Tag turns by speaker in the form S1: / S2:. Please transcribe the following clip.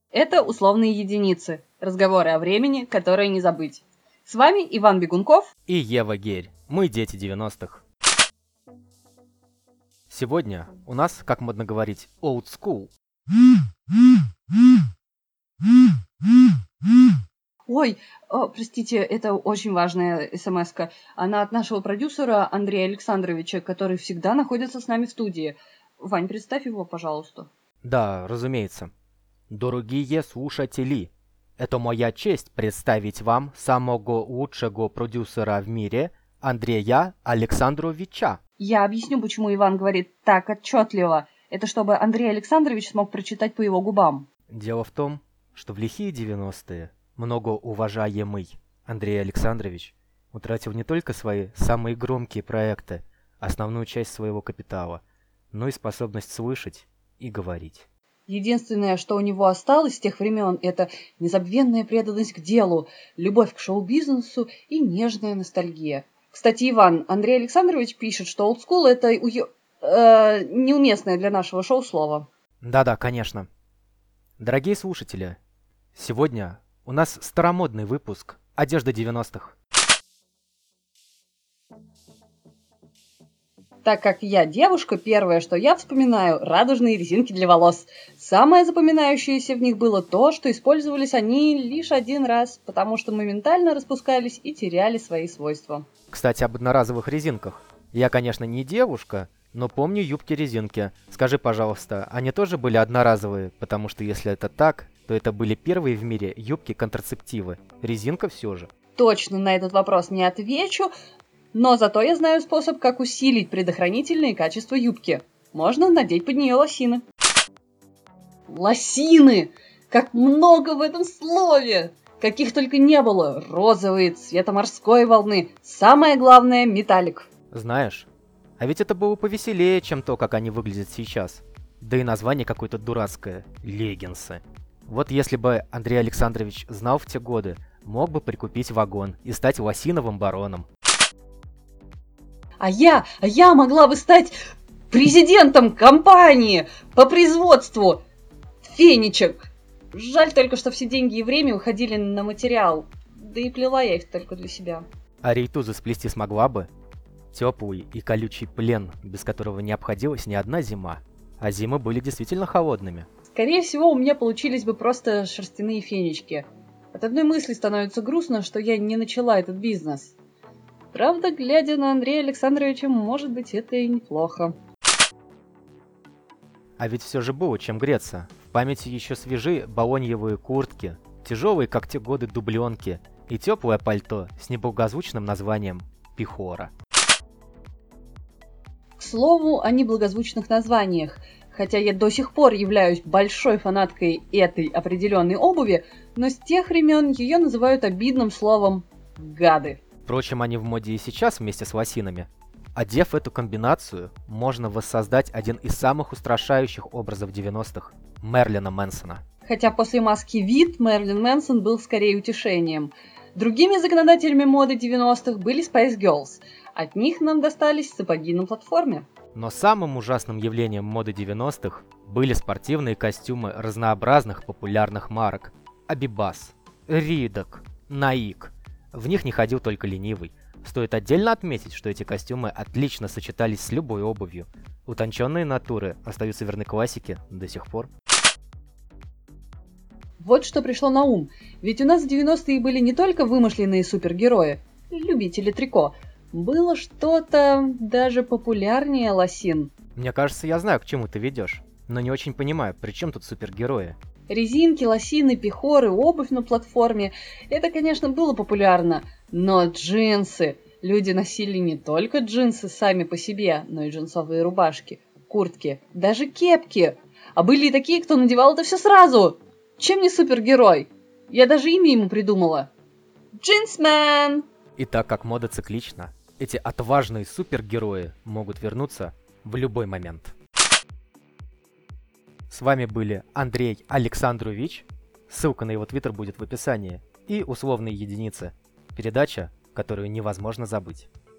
S1: Это условные единицы. Разговоры о времени, которые не забыть. С вами Иван Бегунков
S2: и Ева Герь. Мы дети 90-х. Сегодня у нас, как модно говорить, old school.
S1: Ой, простите, это очень важная смс-ка. Она от нашего продюсера Андрея Александровича, который всегда находится с нами в студии. Вань, представь его, пожалуйста.
S2: Да, разумеется. Дорогие слушатели, это моя честь представить вам самого лучшего продюсера в мире, Андрея Александровича.
S1: Я объясню, почему Иван говорит так отчетливо. Это чтобы Андрей Александрович смог прочитать по его губам.
S2: Дело в том, что в лихие 90-е многоуважаемый Андрей Александрович утратил не только свои самые громкие проекты, основную часть своего капитала, но и способность слышать и говорить.
S1: Единственное, что у него осталось с тех времен, это незабвенная преданность к делу, любовь к шоу-бизнесу и нежная ностальгия. Кстати, Иван, Андрей Александрович пишет, что олдскул – это неуместное для нашего шоу слово.
S2: Да-да, конечно. Дорогие слушатели, сегодня у нас старомодный выпуск «Одежда 90-х».
S1: Так как я девушка, первое, что я вспоминаю – радужные резинки для волос. Самое запоминающееся в них было то, что использовались они лишь один раз, потому что моментально распускались и теряли свои свойства.
S2: Кстати, об одноразовых резинках. Я, конечно, не девушка, но помню юбки-резинки. Скажи, пожалуйста, они тоже были одноразовые? Потому что если это так, то это были первые в мире юбки-контрацептивы. Резинка все же.
S1: Точно на этот вопрос не отвечу, но зато я знаю способ, как усилить предохранительные качества юбки. Можно надеть под нее лосины. Лосины! Как много в этом слове! Каких только не было. Розовые, цвета морской волны. Самое главное – металлик.
S2: Знаешь, а ведь это было повеселее, чем то, как они выглядят сейчас. Да и название какое-то дурацкое – леггинсы. Вот если бы Андрей Александрович знал в те годы, мог бы прикупить вагон и стать лосиновым бароном.
S1: А я могла бы стать президентом компании по производству фенечек. Жаль только, что все деньги и время уходили на материал. Да и плела я их только для себя.
S2: А рейтузы сплести смогла бы? Теплый и колючий плен, без которого не обходилась ни одна зима. А зимы были действительно холодными.
S1: Скорее всего, у меня получились бы просто шерстяные фенечки. От одной мысли становится грустно, что я не начала этот бизнес. Правда, глядя на Андрея Александровича, может быть, это и неплохо.
S2: А ведь все же было чем греться. В памяти еще свежи балоньевые куртки, тяжелые, как те годы, дубленки и теплое пальто с неблагозвучным названием «Пихора».
S1: К слову о неблагозвучных названиях. Хотя я до сих пор являюсь большой фанаткой этой определенной обуви, но с тех времен ее называют обидным словом «гады».
S2: Впрочем, они в моде и сейчас вместе с лосинами. Одев эту комбинацию, можно воссоздать один из самых устрашающих образов 90-х – Мерлина Мэнсона.
S1: Хотя после маски «Вид» Мерлин Мэнсон был скорее утешением. Другими законодателями моды 90-х были Spice Girls. От них нам достались сапоги на платформе.
S2: Но самым ужасным явлением моды 90-х были спортивные костюмы разнообразных популярных марок. Абибас, Ридок, Наик. В них не ходил только ленивый. Стоит отдельно отметить, что эти костюмы отлично сочетались с любой обувью. Утонченные натуры остаются верны классике до сих пор.
S1: Вот что пришло на ум. Ведь у нас в 90-е были не только вымышленные супергерои, любители трико. Было что-то даже популярнее лосин.
S2: Мне кажется, я знаю, к чему ты ведешь, но не очень понимаю, при чем тут супергерои?
S1: Резинки, лосины, пихоры, обувь на платформе – это, конечно, было популярно, но джинсы. Люди носили не только джинсы сами по себе, но и джинсовые рубашки, куртки, даже кепки. А были и такие, кто надевал это все сразу. Чем не супергерой? Я даже имя ему придумала. Джинсмен!
S2: И так как мода циклична, эти отважные супергерои могут вернуться в любой момент. С вами были Андрей Александрович, ссылка на его твиттер будет в описании, и условные единицы. Передача, которую невозможно забыть.